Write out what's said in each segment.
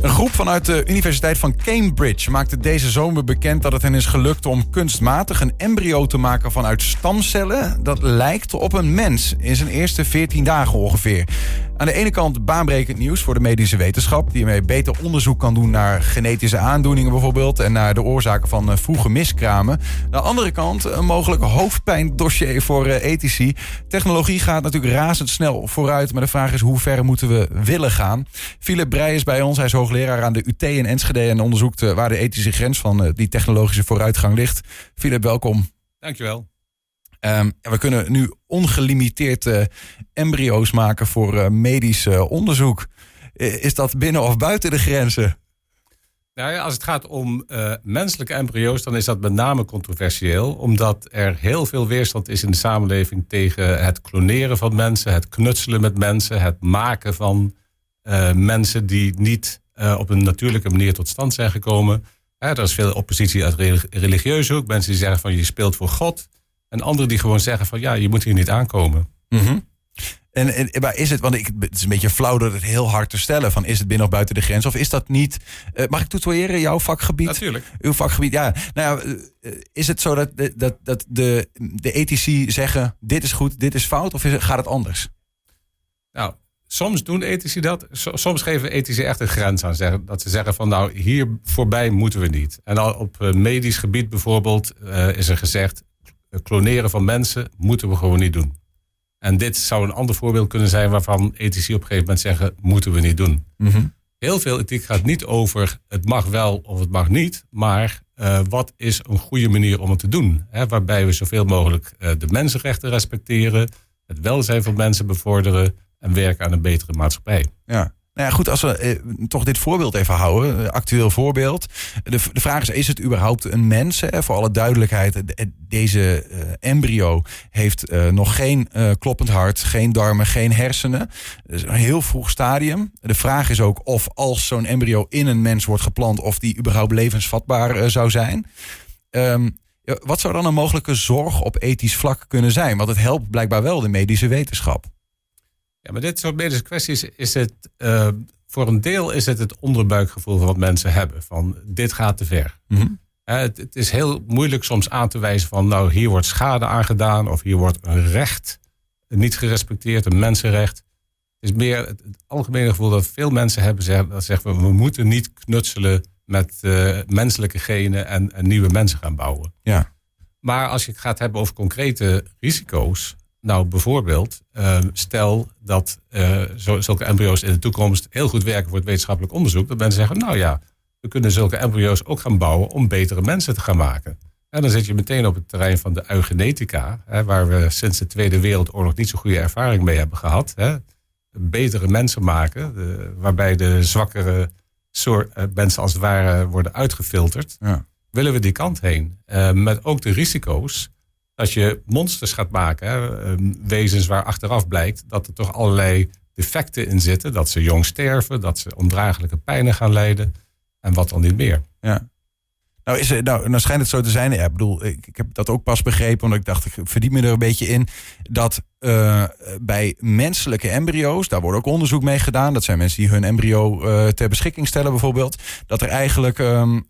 Een groep vanuit de Universiteit van Cambridge maakte deze zomer bekend dat het hen is gelukt om kunstmatig een embryo te maken vanuit stamcellen dat lijkt op een mens in zijn eerste 14 dagen ongeveer. Aan de ene kant baanbrekend nieuws voor de medische wetenschap, die ermee beter onderzoek kan doen naar genetische aandoeningen bijvoorbeeld en naar de oorzaken van vroege miskramen. Aan de andere kant een mogelijk hoofdpijndossier voor ethici. Technologie gaat natuurlijk razendsnel vooruit, maar de vraag is hoe ver moeten we willen gaan. Philip Breij is bij ons, hij is hoogleraar aan de UT in Enschede en onderzoekt waar de ethische grens van die technologische vooruitgang ligt. Philip, welkom. Dankjewel. We kunnen nu ongelimiteerd embryo's maken voor medisch onderzoek. Is dat binnen of buiten de grenzen? Nou ja, als het gaat om menselijke embryo's, dan is dat met name controversieel. Omdat er heel veel weerstand is in de samenleving tegen het kloneren van mensen, het knutselen met mensen, het maken van mensen die niet op een natuurlijke manier tot stand zijn gekomen. Er is veel oppositie uit religieuze hoek. Mensen die zeggen van je speelt voor God. En anderen die gewoon zeggen van ja, je moet hier niet aankomen. Mm-hmm. Maar is het, want het is een beetje flauw dat het heel hard te stellen van is het binnen of buiten de grens of is dat niet? Mag ik tutoyeren jouw vakgebied? Natuurlijk. Uw vakgebied, ja. Nou ja, is het zo dat de ethici zeggen dit is goed, dit is fout of gaat het anders? Nou, soms doen ethici dat. Soms geven ethici echt een grens aan. Dat ze zeggen van nou, hier voorbij moeten we niet. En al op medisch gebied bijvoorbeeld is er gezegd kloneren van mensen moeten we gewoon niet doen. En dit zou een ander voorbeeld kunnen zijn waarvan ethici op een gegeven moment zeggen moeten we niet doen. Mm-hmm. Heel veel ethiek gaat niet over het mag wel of het mag niet, maar wat is een goede manier om het te doen? Waarbij we zoveel mogelijk de mensenrechten respecteren, het welzijn van mensen bevorderen en werken aan een betere maatschappij. Ja. Nou ja, goed, als we toch dit voorbeeld even houden, actueel voorbeeld. De vraag is het überhaupt een mens? Voor alle duidelijkheid, deze embryo heeft nog geen kloppend hart, geen darmen, geen hersenen. Dus een heel vroeg stadium. De vraag is ook of als zo'n embryo in een mens wordt geplant, of die überhaupt levensvatbaar zou zijn. Wat zou dan een mogelijke zorg op ethisch vlak kunnen zijn? Want het helpt blijkbaar wel de medische wetenschap. Ja, maar dit soort medische kwesties is het voor een deel is het onderbuikgevoel van wat mensen hebben. Van dit gaat te ver. Mm-hmm. Het is heel moeilijk soms aan te wijzen van nou hier wordt schade aangedaan of hier wordt een recht niet gerespecteerd, een mensenrecht. Het is meer het algemene gevoel dat veel mensen hebben dat zeggen we moeten niet knutselen met menselijke genen en nieuwe mensen gaan bouwen. Ja. Maar als je het gaat hebben over concrete risico's. Nou, bijvoorbeeld, stel dat zulke embryo's in de toekomst heel goed werken voor het wetenschappelijk onderzoek. Dat mensen zeggen, nou ja, we kunnen zulke embryo's ook gaan bouwen om betere mensen te gaan maken. En dan zit je meteen op het terrein van de eugenetica, waar we sinds de Tweede Wereldoorlog niet zo'n goede ervaring mee hebben gehad. Betere mensen maken, waarbij de zwakkere mensen als het ware worden uitgefilterd. Ja. Willen we die kant heen? Met ook de risico's. Dat je monsters gaat maken, wezens waar achteraf blijkt dat er toch allerlei defecten in zitten. Dat ze jong sterven, dat ze ondraaglijke pijnen gaan lijden en wat dan niet meer. Ja. Nou schijnt het zo te zijn. Ja, ik bedoel, ik heb dat ook pas begrepen, omdat ik dacht, ik verdiep me er een beetje in. Dat bij menselijke embryo's, daar wordt ook onderzoek mee gedaan. Dat zijn mensen die hun embryo ter beschikking stellen bijvoorbeeld. Dat er eigenlijk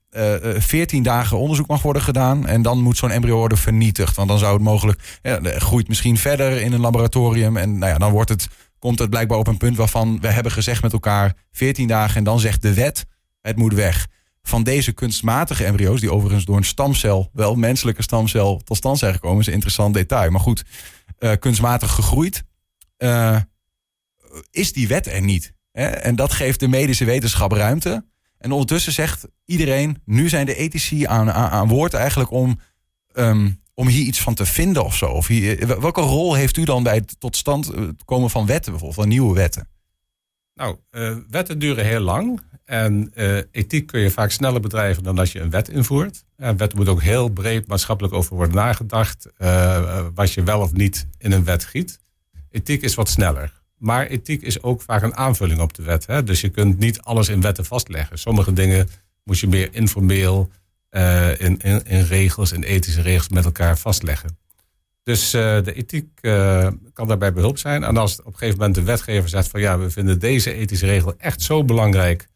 14 dagen onderzoek mag worden gedaan. En dan moet zo'n embryo worden vernietigd. Want dan zou het mogelijk, groeit misschien verder in een laboratorium. En nou ja, dan komt het blijkbaar op een punt waarvan we hebben gezegd met elkaar 14 dagen. En dan zegt de wet, het moet weg. Van deze kunstmatige embryo's, die overigens door een stamcel, wel menselijke stamcel, tot stand zijn gekomen, is een interessant detail. Maar goed, kunstmatig gegroeid, is die wet er niet. En dat geeft de medische wetenschap ruimte. En ondertussen zegt iedereen, nu zijn de ethici aan woord eigenlijk om hier iets van te vinden of zo. Of welke rol heeft u dan bij het tot stand komen van wetten, bijvoorbeeld van nieuwe wetten? Nou, wetten duren heel lang. En ethiek kun je vaak sneller bedrijven dan als je een wet invoert. Een wet moet ook heel breed maatschappelijk over worden nagedacht. Wat je wel of niet in een wet giet. Ethiek is wat sneller. Maar ethiek is ook vaak een aanvulling op de wet. Hè? Dus je kunt niet alles in wetten vastleggen. Sommige dingen moet je meer informeel in regels, in ethische regels met elkaar vastleggen. Dus de ethiek kan daarbij behulp zijn. En als op een gegeven moment de wetgever zegt van ja, we vinden deze ethische regel echt zo belangrijk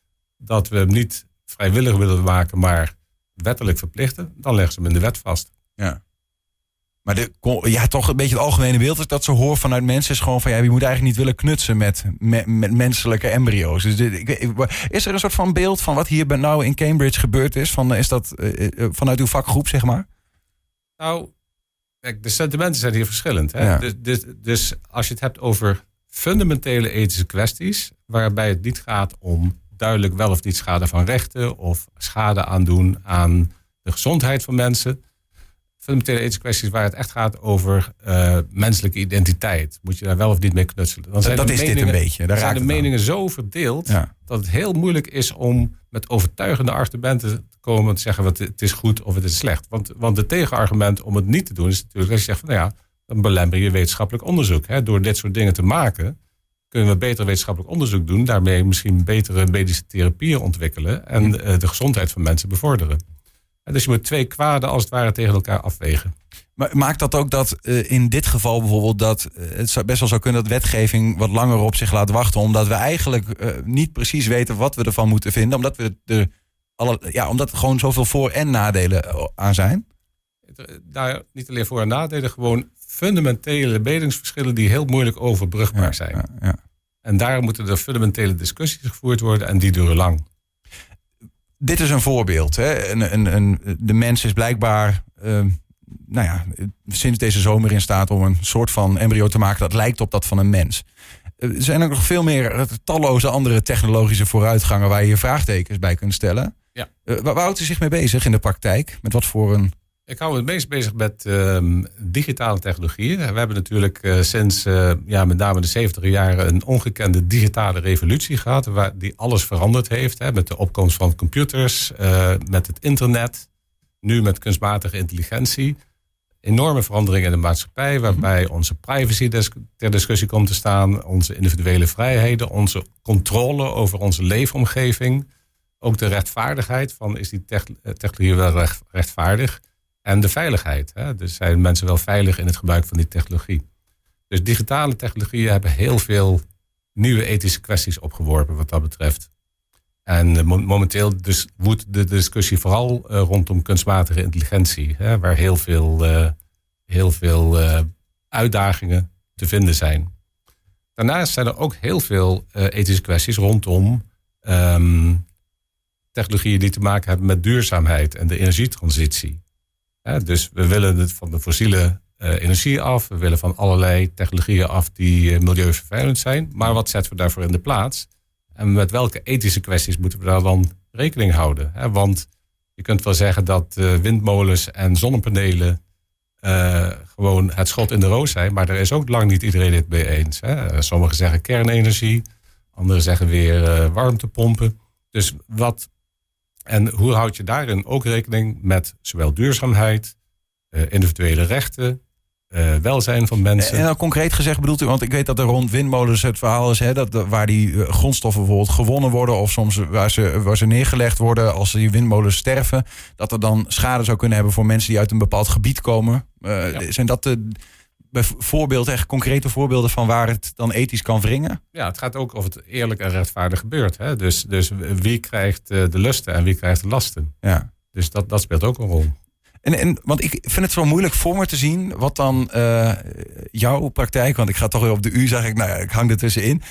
dat we hem niet vrijwillig willen maken, maar wettelijk verplichten, dan leggen ze hem in de wet vast. Ja. Maar toch een beetje het algemene beeld dat ze hoor vanuit mensen is gewoon van je moet eigenlijk niet willen knutsen met menselijke embryo's. Dus is er een soort van beeld van wat hier nou in Cambridge gebeurd is? Is dat vanuit uw vakgroep, zeg maar? Nou, kijk, de sentimenten zijn hier verschillend. Hè? Ja. Dus als je het hebt over fundamentele ethische kwesties, waarbij het niet gaat om duidelijk wel of niet schade van rechten of schade aandoen aan de gezondheid van mensen. Fundamentele ethische kwesties waar het echt gaat over menselijke identiteit. Moet je daar wel of niet mee knutselen? Dan zijn dat is dit een beetje. Daar zijn de meningen zo verdeeld dat het heel moeilijk is om met overtuigende argumenten te komen en te zeggen wat het is goed of het is slecht. Want het tegenargument om het niet te doen is natuurlijk dat je zegt van dan belemmer je wetenschappelijk onderzoek. Hè? Door dit soort dingen te maken kunnen we beter wetenschappelijk onderzoek doen. Daarmee misschien betere medische therapieën ontwikkelen en de gezondheid van mensen bevorderen. Dus je moet twee kwaden als het ware tegen elkaar afwegen. Maar maakt dat ook dat in dit geval bijvoorbeeld dat het best wel zou kunnen dat wetgeving wat langer op zich laat wachten, omdat we eigenlijk niet precies weten wat we ervan moeten vinden, omdat we omdat er gewoon zoveel voor- en nadelen aan zijn? Daar niet alleen voor- en nadelen, gewoon fundamentele meningsverschillen die heel moeilijk overbrugbaar zijn. Ja. En daar moeten er fundamentele discussies gevoerd worden en die duren lang. Dit is een voorbeeld. Hè? De mens is blijkbaar sinds deze zomer in staat om een soort van embryo te maken dat lijkt op dat van een mens. Er zijn ook nog veel meer talloze andere technologische vooruitgangen waar je hier vraagtekens bij kunt stellen. Ja. Waar houdt u zich mee bezig in de praktijk? Met wat voor een... Ik hou me het meest bezig met digitale technologieën. We hebben natuurlijk sinds met name de 70 jaren een ongekende digitale revolutie gehad, die alles veranderd heeft. Hè, met de opkomst van computers, met het internet, nu met kunstmatige intelligentie. Enorme veranderingen in de maatschappij, waarbij onze privacy ter discussie komt te staan, onze individuele vrijheden, onze controle over onze leefomgeving, ook de rechtvaardigheid van is die technologie wel rechtvaardig. En de veiligheid. Hè? Dus zijn mensen wel veilig in het gebruik van die technologie. Dus digitale technologieën hebben heel veel nieuwe ethische kwesties opgeworpen wat dat betreft. En momenteel dus woedt de discussie vooral rondom kunstmatige intelligentie. Hè? Waar heel veel uitdagingen te vinden zijn. Daarnaast zijn er ook heel veel ethische kwesties rondom technologieën die te maken hebben met duurzaamheid en de energietransitie. Dus we willen van de fossiele energie af. We willen van allerlei technologieën af die milieuvervuilend zijn. Maar wat zetten we daarvoor in de plaats? En met welke ethische kwesties moeten we daar dan rekening houden? Want je kunt wel zeggen dat windmolens en zonnepanelen gewoon het schot in de roos zijn. Maar daar is ook lang niet iedereen het mee eens. Sommigen zeggen kernenergie. Anderen zeggen weer warmtepompen. Dus en hoe houd je daarin ook rekening met zowel duurzaamheid, individuele rechten, welzijn van mensen? En dan concreet gezegd bedoelt u, want ik weet dat er rond windmolens het verhaal is, waar die grondstoffen bijvoorbeeld gewonnen worden of soms waar ze neergelegd worden als die windmolens sterven, dat er dan schade zou kunnen hebben voor mensen die uit een bepaald gebied komen. Zijn dat bijvoorbeeld echt concrete voorbeelden van waar het dan ethisch kan wringen? Ja, het gaat ook of het eerlijk en rechtvaardig gebeurt. Hè? Dus wie krijgt de lusten en wie krijgt de lasten? Ja. Dus dat speelt ook een rol. Want ik vind het zo moeilijk voor me te zien wat dan jouw praktijk, want ik ga toch weer op de U, zeg ik, ik hang er tussenin.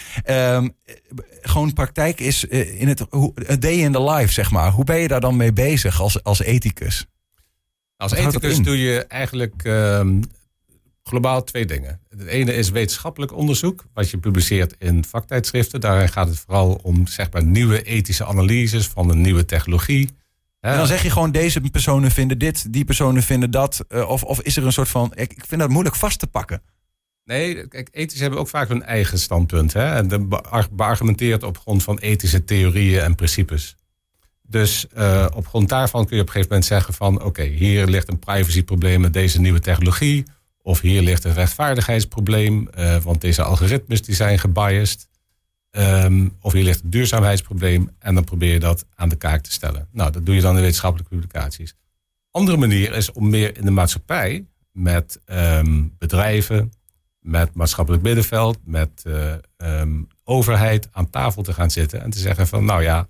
Gewoon praktijk is in het day in the life, zeg maar. Hoe ben je daar dan mee bezig als ethicus? Als ethicus doe je eigenlijk globaal twee dingen. Het ene is wetenschappelijk onderzoek, wat je publiceert in vaktijdschriften. Daar gaat het vooral om nieuwe ethische analyses van een nieuwe technologie. En dan zeg je gewoon, deze personen vinden dit, die personen vinden dat. Of is er een soort van... Ik vind dat moeilijk vast te pakken. Nee, kijk, ethici hebben ook vaak hun eigen standpunt. Hè? En beargumenteerd op grond van ethische theorieën en principes. Dus op grond daarvan kun je op een gegeven moment zeggen van... oké, hier ligt een privacyprobleem met deze nieuwe technologie. Of hier ligt een rechtvaardigheidsprobleem. Want deze algoritmes die zijn gebiased. Of hier ligt een duurzaamheidsprobleem. En dan probeer je dat aan de kaak te stellen. Nou, dat doe je dan in wetenschappelijke publicaties. Andere manier is om meer in de maatschappij... met bedrijven, met maatschappelijk middenveld... met overheid aan tafel te gaan zitten. En te zeggen van, nou ja,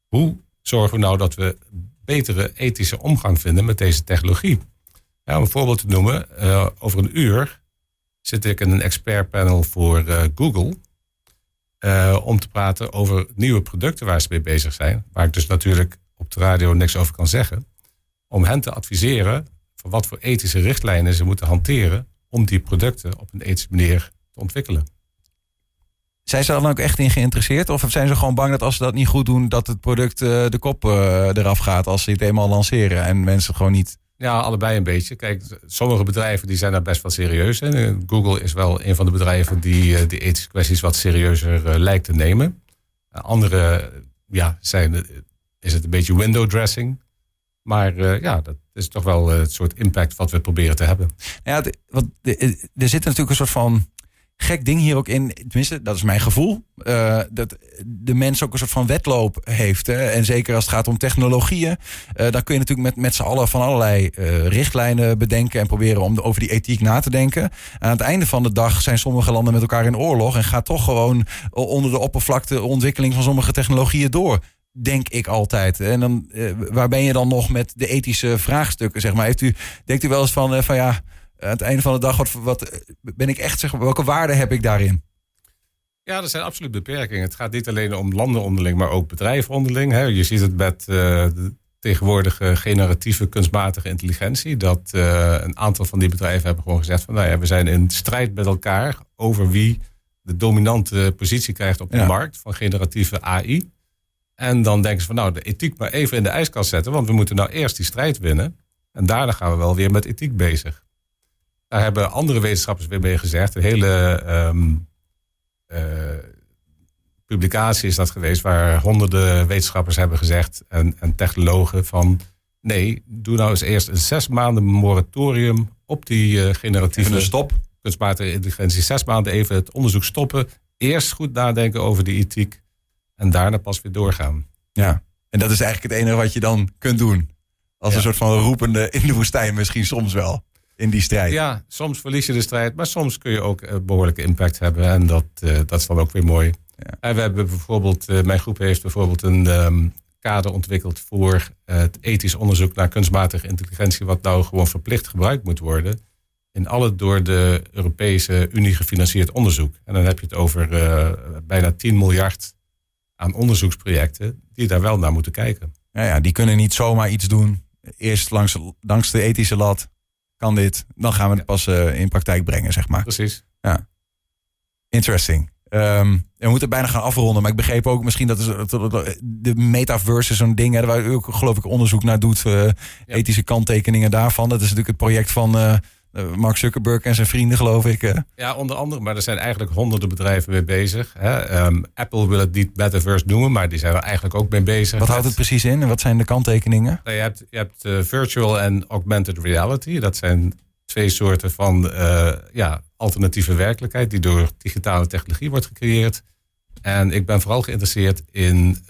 hoe zorgen we nou dat we betere ethische omgang vinden met deze technologie? Ja, om een voorbeeld te noemen, over een uur zit ik in een expertpanel voor Google om te praten over nieuwe producten waar ze mee bezig zijn, waar ik dus natuurlijk op de radio niks over kan zeggen, om hen te adviseren van wat voor ethische richtlijnen ze moeten hanteren om die producten op een ethische manier te ontwikkelen. Zijn ze er dan ook echt in geïnteresseerd? Of zijn ze gewoon bang dat als ze dat niet goed doen, dat het product de kop eraf gaat als ze het eenmaal lanceren en mensen gewoon niet... Ja, allebei een beetje. Kijk, sommige bedrijven die zijn daar best wel serieus in. Google is wel een van de bedrijven die die ethische kwesties wat serieuzer lijkt te nemen. Andere is het een beetje window dressing. Maar dat is toch wel het soort impact wat we proberen te hebben. Ja, er zit natuurlijk een soort van gek ding hier ook in. Tenminste, dat is mijn gevoel. Dat de mens ook een soort van wedloop heeft. Hè? En zeker als het gaat om technologieën. Dan kun je natuurlijk met z'n allen van allerlei richtlijnen bedenken en proberen om over die ethiek na te denken. Aan het einde van de dag zijn sommige landen met elkaar in oorlog en gaat toch gewoon onder de oppervlakte de ontwikkeling van sommige technologieën door. Denk ik altijd. En dan, waar ben je dan nog met de ethische vraagstukken, zeg maar? Denkt u wel eens van ja, aan het einde van de dag, wat ben ik echt, zeg maar, welke waarde heb ik daarin? Ja, er zijn absoluut beperkingen. Het gaat niet alleen om landen onderling, maar ook bedrijven onderling. Hè. Je ziet het met de tegenwoordige generatieve kunstmatige intelligentie. Dat een aantal van die bedrijven hebben gewoon gezegd van, nou ja, we zijn in strijd met elkaar over wie de dominante positie krijgt op de markt van generatieve AI. En dan denken ze van, nou, de ethiek maar even in de ijskast zetten, want we moeten nou eerst die strijd winnen. En daarna gaan we wel weer met ethiek bezig. Daar hebben andere wetenschappers weer mee gezegd. Een hele publicatie is dat geweest, waar honderden wetenschappers hebben gezegd en technologen van, nee, doe nou eens eerst een 6 maanden moratorium op die generatieve kunstmatige intelligentie. 6 maanden even het onderzoek stoppen. Eerst goed nadenken over die ethiek. En daarna pas weer doorgaan. Ja, en dat is eigenlijk het enige wat je dan kunt doen. Als een soort van roepende in de woestijn misschien soms wel. In die strijd. Ja, soms verlies je de strijd. Maar soms kun je ook behoorlijke impact hebben. En dat is dan ook weer mooi. Ja. En we hebben bijvoorbeeld, mijn groep heeft bijvoorbeeld een kader ontwikkeld voor het ethisch onderzoek naar kunstmatige intelligentie. Wat nou gewoon verplicht gebruikt moet worden. In alle door de Europese Unie gefinancierd onderzoek. En dan heb je het over bijna 10 miljard aan onderzoeksprojecten die daar wel naar moeten kijken. Ja, die kunnen niet zomaar iets doen. Eerst langs de ethische lat kan dit. Dan gaan we het pas in praktijk brengen, zeg maar. Precies. Ja. Interesting. We moeten bijna gaan afronden. Maar ik begreep ook misschien dat de metaverse is zo'n ding. Hè, waar u ook, geloof ik, onderzoek naar doet. Ethische kanttekeningen daarvan. Dat is natuurlijk het project van Mark Zuckerberg en zijn vrienden, geloof ik. Ja, onder andere. Maar er zijn eigenlijk honderden bedrijven mee bezig. Hè. Apple wil het niet metaverse noemen, maar die zijn er eigenlijk ook mee bezig. Wat houdt het precies in en wat zijn de kanttekeningen? Nou, je hebt virtual en augmented reality. Dat zijn 2 soorten van alternatieve werkelijkheid die door digitale technologie wordt gecreëerd. En ik ben vooral geïnteresseerd in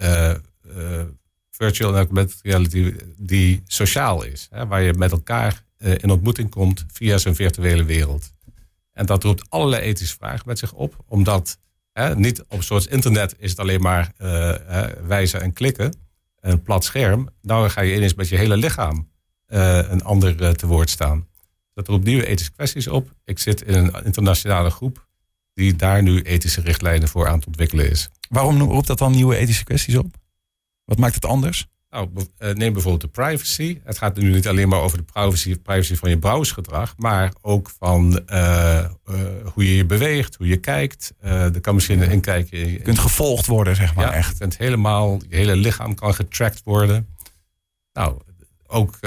virtual en augmented reality die sociaal is. Hè, waar je met elkaar in ontmoeting komt via zo'n virtuele wereld. En dat roept allerlei ethische vragen met zich op. Omdat niet op een soort internet is het alleen maar wijzen en klikken. Een plat scherm. Nou ga je ineens met je hele lichaam een ander te woord staan. Dat roept nieuwe ethische kwesties op. Ik zit in een internationale groep die daar nu ethische richtlijnen voor aan het ontwikkelen is. Waarom roept dat dan nieuwe ethische kwesties op? Wat maakt het anders? Nou, neem bijvoorbeeld de privacy. Het gaat nu niet alleen maar over de privacy van je browsergedrag, maar ook van hoe je je beweegt, hoe je kijkt. Er kan misschien een inkijkje. Je kunt gevolgd worden, zeg maar. Ja, echt. Je hele lichaam kan getracked worden. Nou, ook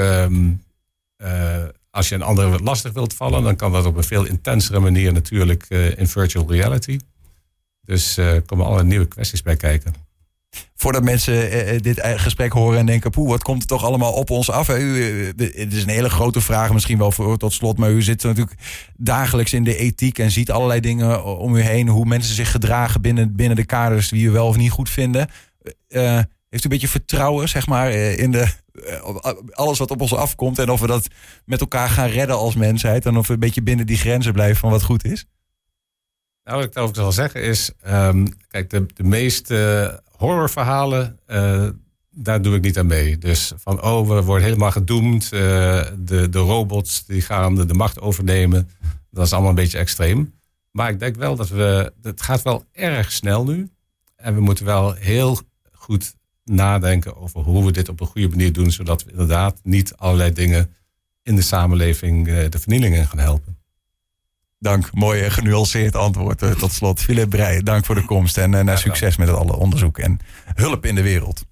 als je een ander lastig wilt vallen, dan kan dat op een veel intensere manier natuurlijk in virtual reality. Dus er komen allerlei nieuwe kwesties bij kijken. Voordat mensen dit gesprek horen en denken, poeh, wat komt er toch allemaal op ons af? Het is een hele grote vraag, misschien wel voor tot slot, maar u zit natuurlijk dagelijks in de ethiek en ziet allerlei dingen om u heen, hoe mensen zich gedragen binnen de kaders die u wel of niet goed vinden. Heeft u een beetje vertrouwen, zeg maar, in alles wat op ons afkomt en of we dat met elkaar gaan redden als mensheid en of we een beetje binnen die grenzen blijven van wat goed is? Nou, wat ik daarover zal zeggen is, kijk, de meeste horrorverhalen, daar doe ik niet aan mee. Dus van, we worden helemaal gedoemd. De robots die gaan de macht overnemen. Dat is allemaal een beetje extreem. Maar ik denk wel dat het gaat wel erg snel nu. En we moeten wel heel goed nadenken over hoe we dit op een goede manier doen. Zodat we inderdaad niet allerlei dingen in de samenleving de vernieling in gaan helpen. Dank, mooi en genuanceerd antwoord tot slot. Philip Breij, dank voor de komst en succes met alle onderzoek en hulp in de wereld.